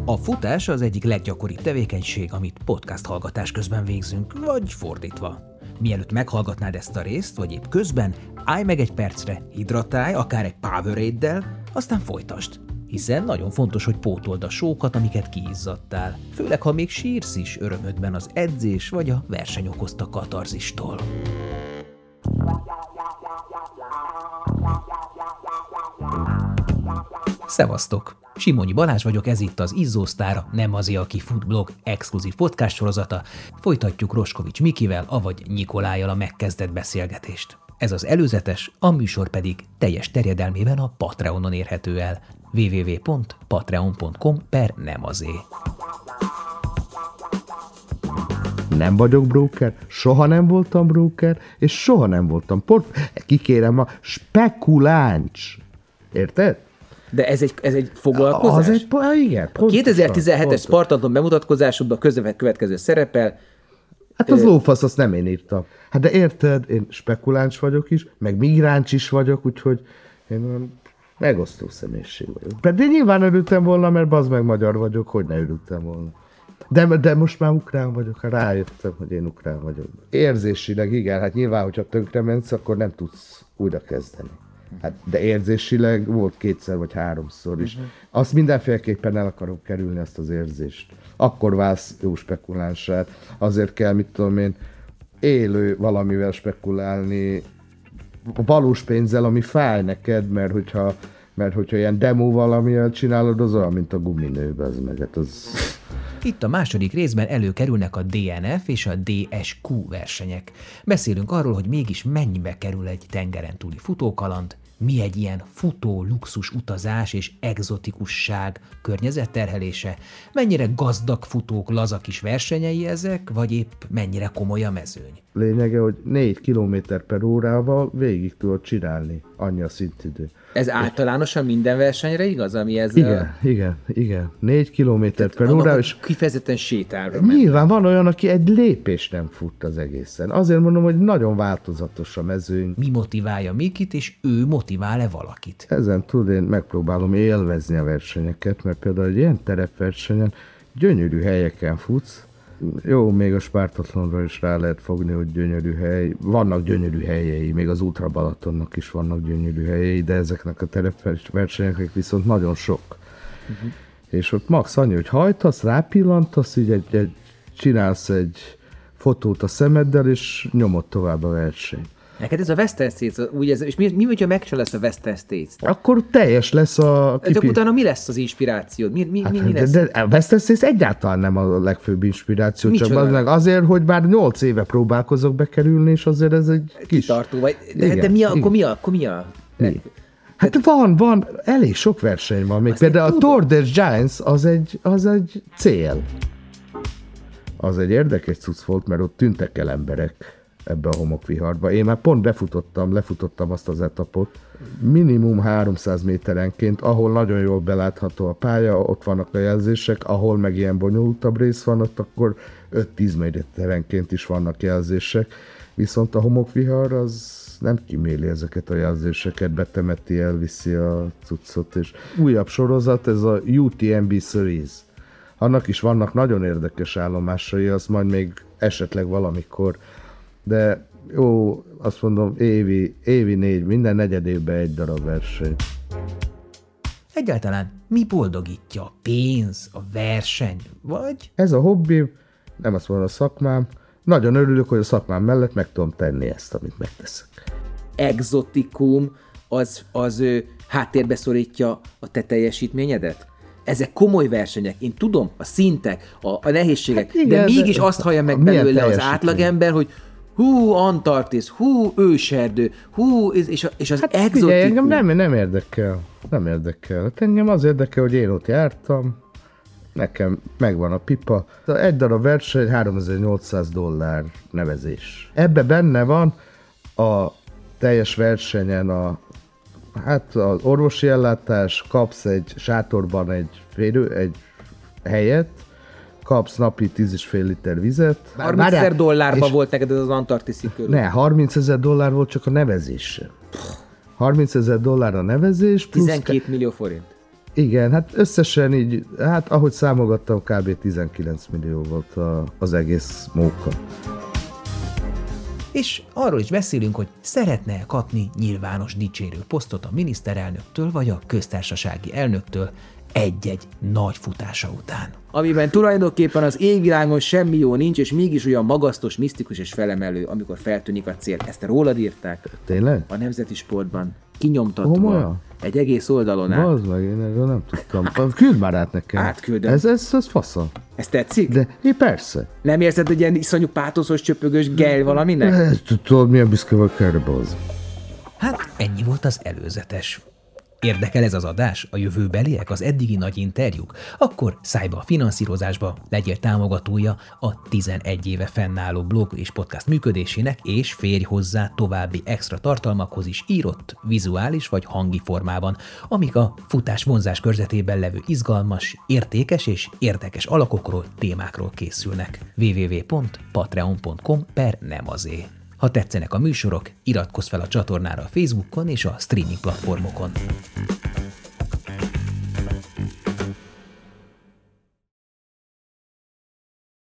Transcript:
A futás az egyik leggyakoribb tevékenység, amit podcast hallgatás közben végzünk, vagy fordítva. Mielőtt meghallgatnád ezt a részt, vagy épp közben, állj meg egy percre, hidratálj, akár egy Powerade-del, aztán folytasd. Hiszen nagyon fontos, hogy pótold a sókat, amiket kiizzadtál. Főleg, ha még sírsz is örömödben az edzés vagy a verseny okozta katarzistól. Szevasztok! Simonyi Balázs vagyok, ez itt az Izzósztár, nem azért, aki fut blog exkluzív podcast sorozata. Folytatjuk Roskovics Mikivel, avagy Nikolájjal a megkezdett beszélgetést. Ez az előzetes, a műsor pedig teljes terjedelmében a Patreonon érhető el. www.patreon.com/nemazé. Nem vagyok broker, soha nem voltam broker, és soha nem voltam kikérem a spekuláncs. Érted? De ez egy foglalkozás? Igen. A 2017-es Spartaton bemutatkozásodban következő szerepel. Hát az lófasz, azt nem én írtam. Hát de érted, én spekuláns vagyok is, meg migráns is vagyok, úgyhogy én megosztó személyiség vagyok. De nyilván örültem volna, mert bazd meg magyar vagyok, hogy ne örültem volna. De most már ukrán vagyok, rájöttem, hogy én ukrán vagyok. Érzésileg igen, hát nyilván, hogyha tönkre mensz, akkor nem tudsz újra kezdeni. Hát, de érzésileg volt 2 vagy 3 is. Azt mindenféleképpen el akarom kerülni, azt az érzést. Akkor válsz jó spekulánsát. Azért kell, mit tudom én, élő valamivel spekulálni, valós pénzzel, ami fáj neked, mert hogyha ilyen demo valamivel csinálod, az olyan, mint a guminőbe, az meg. Itt a második részben előkerülnek a DNF és a DSQ versenyek. Beszélünk arról, hogy mégis mennyibe kerül egy tengeren túli futókaland, mi egy ilyen futó luxus utazás és egzotikusság környezetterhelése, mennyire gazdag futók laza kis versenyei ezek, vagy épp mennyire komoly a mezőny. Lényege, hogy 4 km/h végig tudod csinálni, annyi a szintidő. Ez általánosan minden versenyre igaz, ami ez? Igen. 4 km/h. És kifejezetten sétálva. Nyilván van olyan, aki egy lépést nem fut az egészen. Azért mondom, hogy nagyon változatos a mezőny. Mi motiválja Mikit, és ő motivál-e valakit? Ezen én megpróbálom élvezni a versenyeket, mert például egy ilyen terepversenyen gyönyörű helyeken futsz. Jó, még a Spártatlanra is rá lehet fogni, hogy gyönyörű hely. Vannak gyönyörű helyei, még az Ultra Balatonnak is vannak gyönyörű helyei, de ezeknek a terepversenyeknek viszont nagyon sok. És ott max annyi, hogy hajtasz, rápillantasz, így csinálsz egy fotót a szemeddel, és nyomod tovább a versenyt. Neked ez a Western States, és mi hogyha megcsinálsz a Western States? Akkor teljes lesz a... Utána mi lesz az inspirációd? Mi lesz? De a Western States egyáltalán nem a legfőbb inspiráció, csak meg azért, hogy már 8 éve próbálkozok bekerülni, és azért ez egy kis... Kitartó vagy. De akkor mi a... Hát van, elég sok verseny van még. Például a Tour de Giants az egy cél. Az egy érdekes cucc volt, mert ott tűntek el emberek ebbe a homokviharba. Én már pont lefutottam azt az etapot. Minimum 300 méterenként, ahol nagyon jól belátható a pálya, ott vannak a jelzések, ahol meg ilyen bonyolultabb rész van, ott akkor 5-10 méterenként is vannak jelzések. Viszont a homokvihar az nem kiméli ezeket a jelzéseket, betemeti, elviszi a cuccot, és újabb sorozat, ez a UTMB Series. Annak is vannak nagyon érdekes állomásai, az majd még esetleg valamikor, de jó, azt mondom, évi 4, minden negyed évben egy darab verseny. Egyáltalán mi boldogítja? A pénz, a verseny, vagy? Ez a hobbi, nem azt mondom, a szakmám. Nagyon örülök, hogy a szakmám mellett meg tudom tenni ezt, amit megteszek. Exotikum az háttérbe szorítja a te teljesítményedet? Ezek komoly versenyek, én tudom, a szintek, a nehézségek, hát igen, de mégis azt hallja meg belőle az átlagember, hogy hú, Antarktisz, hú, őserdő, hú, és az hát exotikum. Figyelj, engem nem érdekel. Hát engem az érdekel, hogy én ott jártam, nekem megvan a pipa. Egy darab verseny, $3,800 nevezés. Ebbe benne van a teljes versenyen az orvosi ellátás, kapsz egy sátorban egy helyet, kapsz napi 10,5 liter vizet. $30,000 volt neked ez az antarktiszi körül. Ne, $30,000 volt csak a nevezés. $30,000 a nevezés. Plusz 12 millió forint. Igen, hát összesen így, hát ahogy számolgattam, kb. 19 millió volt az egész móka. És arról is beszélünk, hogy szeretne kapni nyilvános dicsérő posztot a miniszterelnöktől vagy a köztársasági elnöktől egy-egy nagy futása után. Amiben tulajdonképpen az égvilágon semmi jó nincs, és mégis olyan magasztos, misztikus és felemelő, amikor feltűnik a cél. Ezt rólad írták? Tényleg? A Nemzeti Sportban. Kinyomtatva. Komolyan? Egy egész oldalon át. Bazd meg, én erről nem tudtam. Küld már át nekem. Átküldöm. Ez fasza. Ez tetszik? De persze. Nem érzed, hogy ilyen iszonyú pátoszos, csöpögös gel valaminek? Tudod, milyen büszke vagy erre, bazd. Hát ennyi volt az előzetes. Érdekel ez az adás? A jövőbeliek? Az eddigi nagy interjúk? Akkor szállj be a finanszírozásba, legyél támogatója a 11 éve fennálló blog és podcast működésének, és férj hozzá további extra tartalmakhoz is írott, vizuális vagy hangi formában, amik a futás vonzás körzetében levő izgalmas, értékes és érdekes alakokról, témákról készülnek. www.patreon.com/nemazé. Ha tetszenek a műsorok, iratkozz fel a csatornára a Facebookon és a streaming platformokon.